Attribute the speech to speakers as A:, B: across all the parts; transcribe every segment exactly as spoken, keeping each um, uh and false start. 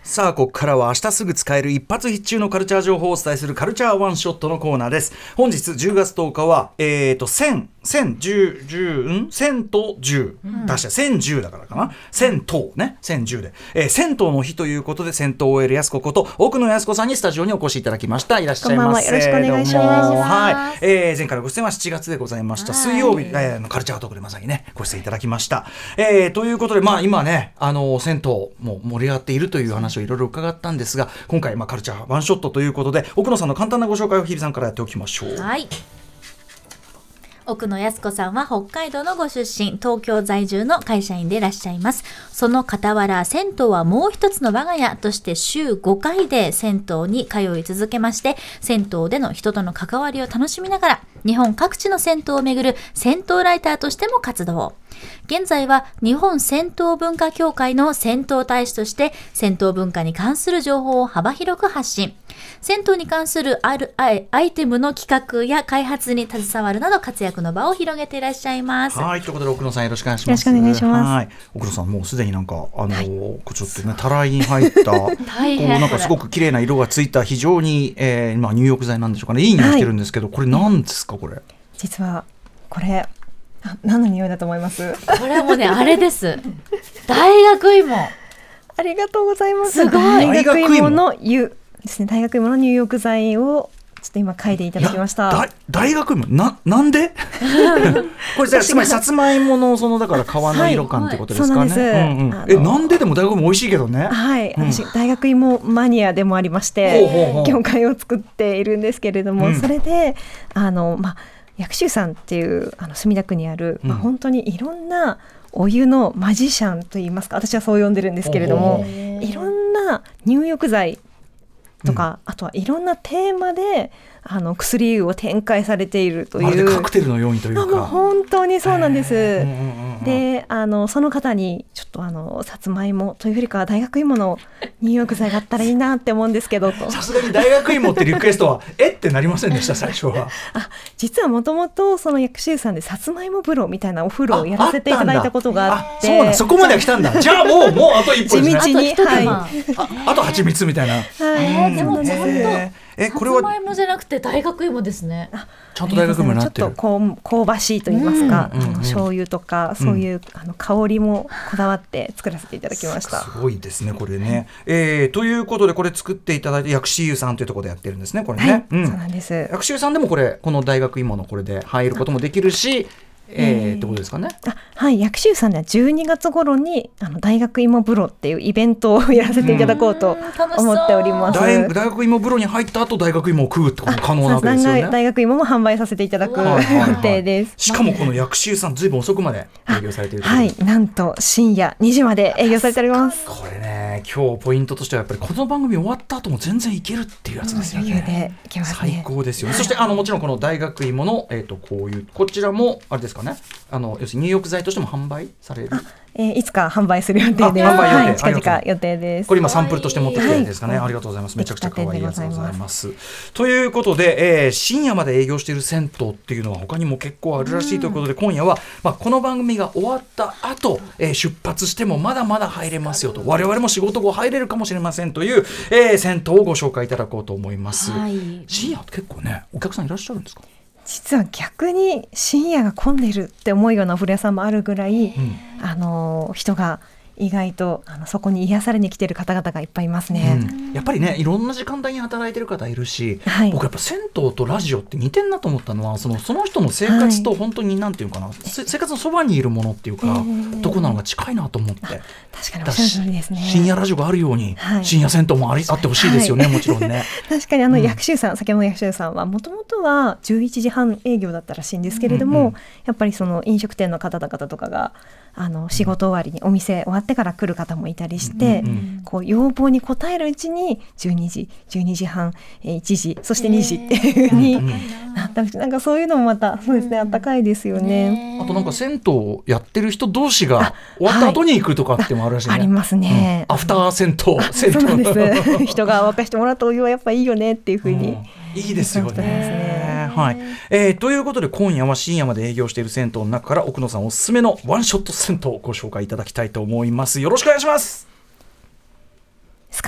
A: さあここからは明日すぐ使える一発必中のカルチャー情報をお伝えするカルチャーワンショットのコーナーです。本日じゅうがつとおかはえーと千千十十ん千と十、うん、確か千十だからかな、千頭ね千十で、えー、銭湯の日ということで銭湯 オーエル やすここと奥野やすこさんにスタジオにお越しいただきました。いらっしゃいませ。
B: よろしくお願いします。
A: はい、えー、前回のご出演はしちがつでございました。水曜日、えー、のカルチャートークでまさにねご出演いただきました。えー、ということでまあ今ねあの銭湯も盛り上がっているという話をいろいろ伺ったんですが、今回まあカルチャーワンショットということで奥野さんの簡単なご紹介を日比さんからやっておきましょう。
C: はい、奥野やすこさんは北海道のご出身、東京在住の会社員でいらっしゃいます。その傍ら銭湯はもう一つの我が家として週ごかいで銭湯に通い続けまして、銭湯での人との関わりを楽しみながら日本各地の銭湯をめぐる銭湯ライターとしても活動。現在は日本銭湯文化協会の銭湯大使として銭湯文化に関する情報を幅広く発信、銭湯に関するあるアイテムの企画や開発に携わるなど活躍の場を広げていらっしゃいます。
A: はい、ということで奥野さんよろしくお願いします。
B: よろしくお願いします。
A: はい、奥野さんもうすでになんかあの、はい、ちょっとねたらいに入ったこうなんかすごく綺麗な色がついた非常に、えーまあ、入浴剤なんでしょうかね、いい匂いしてるんですけど、はい、これ何ですかこれ。
B: 実はこれ何の匂いだと思います？
C: これもねあれです大学芋。
B: ありがとうございます。
C: すごい。
B: 大学芋の湯ですね。大学芋の入浴剤をちょっと今嗅いでいただきました。
A: だ大学芋 な, なんでこれつまりさつまいものそのだから皮の色感ってことですかね。はい、そうなんです。うんうん、えなんででも大学芋美味しいけどね。
B: はい、うん、私大学芋マニアでもありまして業界を作っているんですけれども、うん、それであのまあ薬師さんっていうあの墨田区にある、まあ、本当にいろんなお湯のマジシャンといいますか、私はそう呼んでるんですけれども、いろんな入浴剤とか、うん、あとはいろんなテーマであの薬湯を展開されているという、
A: まるでカクテルのようにというか、
B: もう本当にそうなんです。であのその方にちょっとあのさつまいもというよりかは大学芋の入浴剤があったらいいなって思うんですけどと。
A: さすがに大学芋ってリクエストはえってなりませんでした最初は。
B: あ実はもともとその薬師湯さんでさつまいも風呂みたいなお風呂をやらせていただいたことがあって、
A: あそうだそこまでは来たんだ。じゃあもうもうあと一歩ですね。
B: 地道に、はい、
A: あ, あと蜂蜜みたいな、はい
C: えー、でもちゃんと
A: えこれは
C: さつまいもじゃなくて大学芋ですね。
A: ちゃんと大学芋になってる。
B: ちょっと香ばしいと言いますか、うんうんうん、あの醤油とかそういう、うん、あの香りもこだわって作らせていただきました。
A: すごいですねこれね、えー、ということでこれ作っていただいて薬師湯さんというところでやってるんですねこれね、
B: はい
A: うん、
B: そうなんです。
A: 薬師湯さんでもこれこの大学芋のこれで入ることもできるしえー、ってことですかね。
B: あはい薬師湯さんではじゅうにがつ頃にあの大学芋風呂っていうイベントをやらせていただこうと思っております。
A: 大, 大学芋風呂に入った後大学芋を食うってこと可能なわけですよね。
B: 大学芋も販売させていただく予定です。
A: しかもこの薬師湯さんずいぶん遅くまで営業されているということで、
B: はいなんと深夜にじまで営業されております。
A: これね今日ポイントとしてはやっぱりこの番組終わった後も全然いけるっていうやつですよね。
B: 余裕でいけますね。
A: 最高ですよね。そしてあのもちろんこの大学芋の、えー、とこういうこちらもあれですかね、あの要するに入浴剤としても販売される、
B: えー、いつか販売する予定です。販売予定、はい、近々予定です。
A: これ今サンプルとして持ってきてるんですかね、はい、ありがとうございます。めちゃくちゃ可愛いやつでございます。ということで、えー、深夜まで営業している銭湯っていうのは他にも結構あるらしいということで、今夜は、まあ、この番組が終わった後、えー、出発してもまだまだ入れますよと、我々も仕事後入れるかもしれませんという、えー、銭湯をご紹介いただこうと思います、はい、深夜って結構ねお客さんいらっしゃるんですか？
B: 実は逆に深夜が混んでるって思うようなお風呂屋さんもあるぐらい、うん、あの人が意外とあのそこに癒されに来てる方々がいっぱいいますね、
A: うん、やっぱりねいろんな時間帯に働いてる方いるし、
B: はい、
A: 僕やっぱ銭湯とラジオって似てんなと思ったのはその、その人の生活と本当になんていうかな、はい、生活のそばにいるものっていうか、えー、とこなのが近いなと思って。
B: 確かにおっしゃる通りですね。
A: 深夜ラジオがあるように、はい、深夜銭湯もありあってほしいですよね、はい、もちろんね
B: 確かにあの薬師湯さん、うん、先ほどの薬師湯さんはもともとはじゅういちじはん営業だったらしいんですけれども、うんうん、やっぱりその飲食店の方々とかがあの仕事終わりにお店終わってから来る方もいたりして、うんうん、こう要望に応えるうちにじゅうにじ、じゅうにじはん、いちじそしてにじっていう風になったりして、なんかそういうのもまたそうですね、あったかいですよね。
A: あとなんか銭湯をやってる人同士が終わった後に行くとかってもあるらしいね。
B: あ, ありますね、
A: うん、アフター銭湯銭湯
B: そうなんです人が沸かしてもらったお湯はやっぱいいよねっていう風に、うん、
A: いいですよね。はい、えー、ということで今夜は深夜まで営業している銭湯の中から奥野さんおすすめのワンショット銭湯をご紹介いただきたいと思います。よろしくお願いします。
B: スカ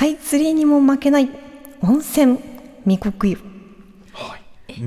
B: カイツリーにも負けない温泉御国湯、
A: はい、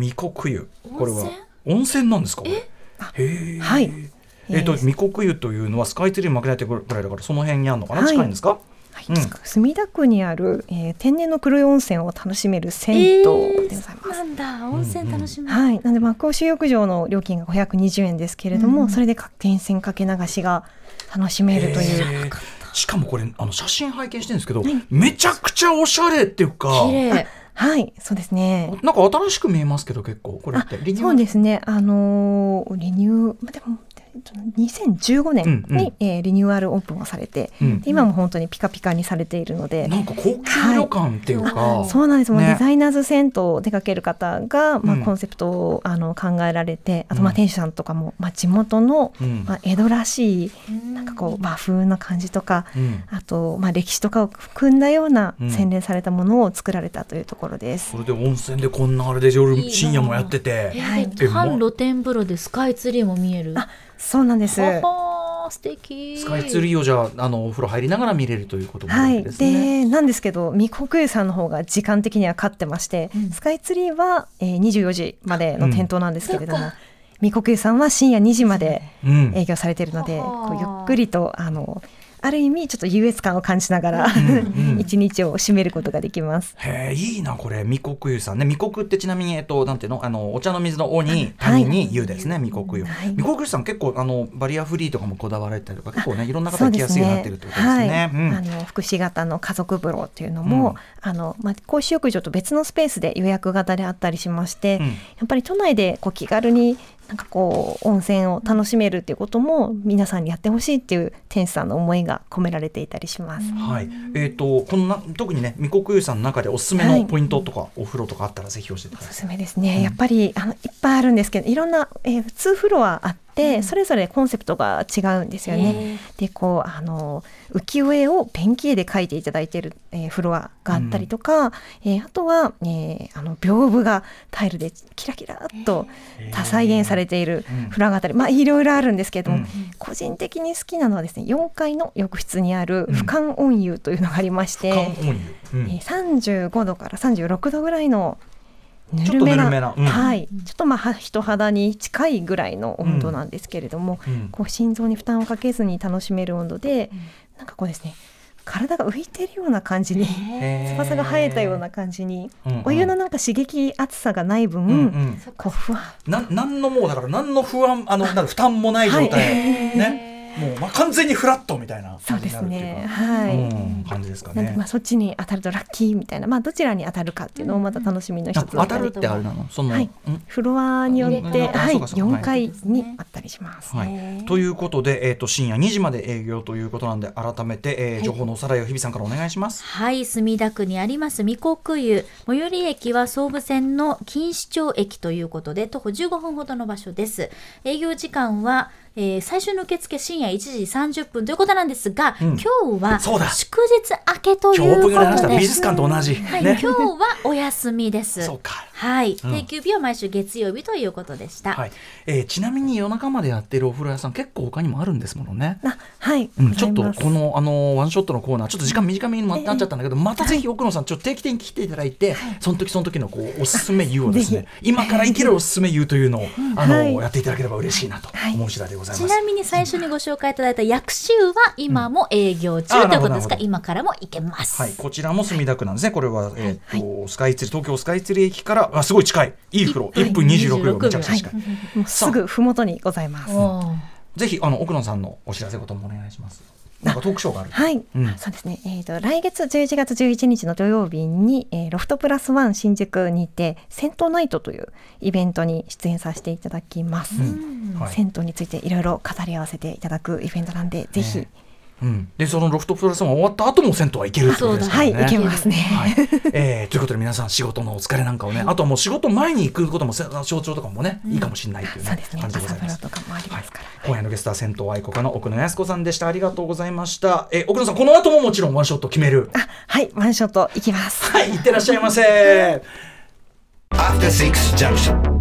A: 御国湯、これは温泉なんですか？これへー、はい、えーと、御国湯というのはスカイツリーに負けないってぐらいだから、その辺にあるのかな、はい、近いんですか？
B: はい、うん、墨田区にある、えー、天然の黒い温泉を楽しめる銭湯でございます、えー、
C: なんだ、温泉楽しめる、
B: うんうん、はい、なので、まあ、公衆浴場の料金がごひゃくにじゅうえんですけれども、うん、それで源泉かけ流しが楽しめるという、
A: えー、しかもこれあの写真拝見してるんですけど、はい、めちゃくちゃおしゃれっていうか
C: 綺麗、
B: はい、そうですね。
A: なんか新しく見えますけど、結構これってリニューアル、
B: そうですね、あのー、リニューでもにせんじゅうごねんに、うんうん、えー、リニューアルオープンをされて、うん、今も本当にピカピカにされているので、
A: なんか高級旅館っていうか、
B: はい、そうなんです、ね、もうデザイナーズ銭湯を出かける方が、まあ、コンセプトをあの考えられて、あとまあ店主さんとかも、まあ、地元の、うん、まあ、江戸らしいなんかこう和風な感じとか、うん、あとまあ歴史とかを含んだような洗練されたものを作られたというところです。
A: それで温泉でこんなあれで夜深夜もやってて、
C: いい、はい、半露天風呂でスカイツリーも見える。
B: あ、そうなんです。
C: 素敵。
A: スカイツリーをじゃあ、あのお風呂入りながら見れるということもあるわけですね。
B: はい、でなんですけど、御国湯さんの方が時間的には勝ってまして、うん、スカイツリーは、えー、にじゅうよじまでの点灯なんですけれども、うん、御国湯さんは深夜にじまで営業されているので、うん、こうゆっくりとあのある意味ちょっと優越感を感じながら、うんうん、一日を締めることができます。
A: へえ、いいなこれ。御国湯さんね。御国ってちなみに、えっと、なんていうの、あのお茶の水のおに谷に湯ですね、はい、御国湯、はい、御国湯さん結構あのバリアフリーとかもこだわられたりとか、結構ねいろんな方が来やすいようになってるってことですね。
B: あの福祉型の家族風呂っていうのも、うん、あのまあ、公衆浴場と別のスペースで予約型であったりしまして、うん、やっぱり都内でこう気軽になんかこう温泉を楽しめるっていうことも皆さんにやってほしいっていう店主さんの思いが込められていたりします。
A: はい、えーと、このな特にね御国湯さんの中でおすすめのポイントとか、はい、お風呂とかあったらぜひ教えてください。
B: おすすめですね、うん、やっぱりあのいっぱいあるんですけど、いろんな、えー、普通フロアあって、うん、それぞれコンセプトが違うんですよね。でこうあの浮世絵をペンキ絵で描いていただいている、えー、フロアがあったりとか、うん、えー、あとは、えー、あの屏風がタイルでキラキラっと多再現されているフロアがあったり、まあ、いろいろあるんですけれども、うん、個人的に好きなのはですね、よんかいの浴室にある俯瞰温湯というのがありまして、うん、うん、えー、さんじゅうごどからさんじゅうろくどぐらいのぬるめな、ちょっとぬるめな、うん、はい、ちょっとまあ人肌に近いぐらいの温度なんですけれども、うん、こう心臓に負担をかけずに楽しめる温度で、うん、なんかこうですね、体が浮いてるような感じに、翼が生えたような感じに、うんうん、お湯のなんか刺激熱さがない分、うんうん、こう不安
A: な、なんのもうだから何の不安、あのなんか負担もない状態、はい、ね、もうまあ完全にフラットみたいな感じになるっていうか、はい、うん、感じですかね。
B: なんでまあそっちに当たるとラッキーみたいな、まあ、どちらに当たるかっていうのをまた楽しみの一つ、
A: うん、当たるってあれなの、その、はい、
B: フロアによって、はい、よんかいにあったりします、
A: はい、ということで、えー、と深夜にじまで営業ということなんで、改めて、えー、情報のおさらいを日比さんからお願いします。
C: はい、墨田区にあります御国湯、最寄り駅は総武線の錦糸町駅ということで徒歩じゅうごふんほどの場所です。営業時間はえー、最初の受付深夜いちじさんじゅっぷんということなんですが、うん、今日は祝日明けということで、
A: 今日美術館と同じ、
C: はい、ね、今日はお休みです。
A: そうか、
C: はい、うん、定休日は毎週月曜日ということでした、
A: はい、えー、ちなみに夜中までやってるお風呂屋さん結構他にもあるんですものね。
B: あ、はい、
A: うん、ちょっとこの、あのワンショットのコーナーちょっと時間短めになっちゃったんだけど、えー、またぜひ奥野さんちょっと定期的に来ていただいて、はい、その時その時のこうおすすめ湯をですね今から生きるおすすめ湯というのを、あの、はい、やっていただければ嬉しいなと思う次第でございます。
C: ちなみに最初にご紹介いただいた薬師湯は今も営業中、うん、ということですが、今からも行けます、
A: はい、こちらも墨田区なんですね。これは、えーとはい、スカイツリー、東京スカイツリー駅からあすごい近い、いい風呂、いっぷんにじゅうろくびょう、めちゃくちゃ近い、はい、
B: もうすぐふもとにございます。
A: ぜひあの奥野さんのお知らせこともお願いします。なんかトークショーがある。
B: はい、うん、そうですね、えーと、来月じゅういちがつじゅういちにちの土曜日に、えー、ロフトプラスワン新宿にて銭湯ナイトというイベントに出演させていただきます、うんはい、銭湯についていろいろ語り合わせていただくイベントなんで、ぜひ、ね、
A: うん、でそのロフトプラスワン終わった後も銭湯は行けるってことですからね。
B: はい、行けますね、
A: はい、えー、ということで皆さん仕事のお疲れなんかをね、はい、あとはもう仕事前に行くことも象徴とかもね、うん、いいかもしれないという、ね、
B: ね、
A: 感じでございます。
B: 朝風呂とかもありますから、
A: はい、今夜のゲストは銭湯愛好家の奥野靖子さんでした。ありがとうございました。えー、奥野さんこの後ももちろんワンショット決める。
B: あ、はい、ワンショット行きます。
A: はい、行ってらっしゃいませ。アフターシックスジャンクション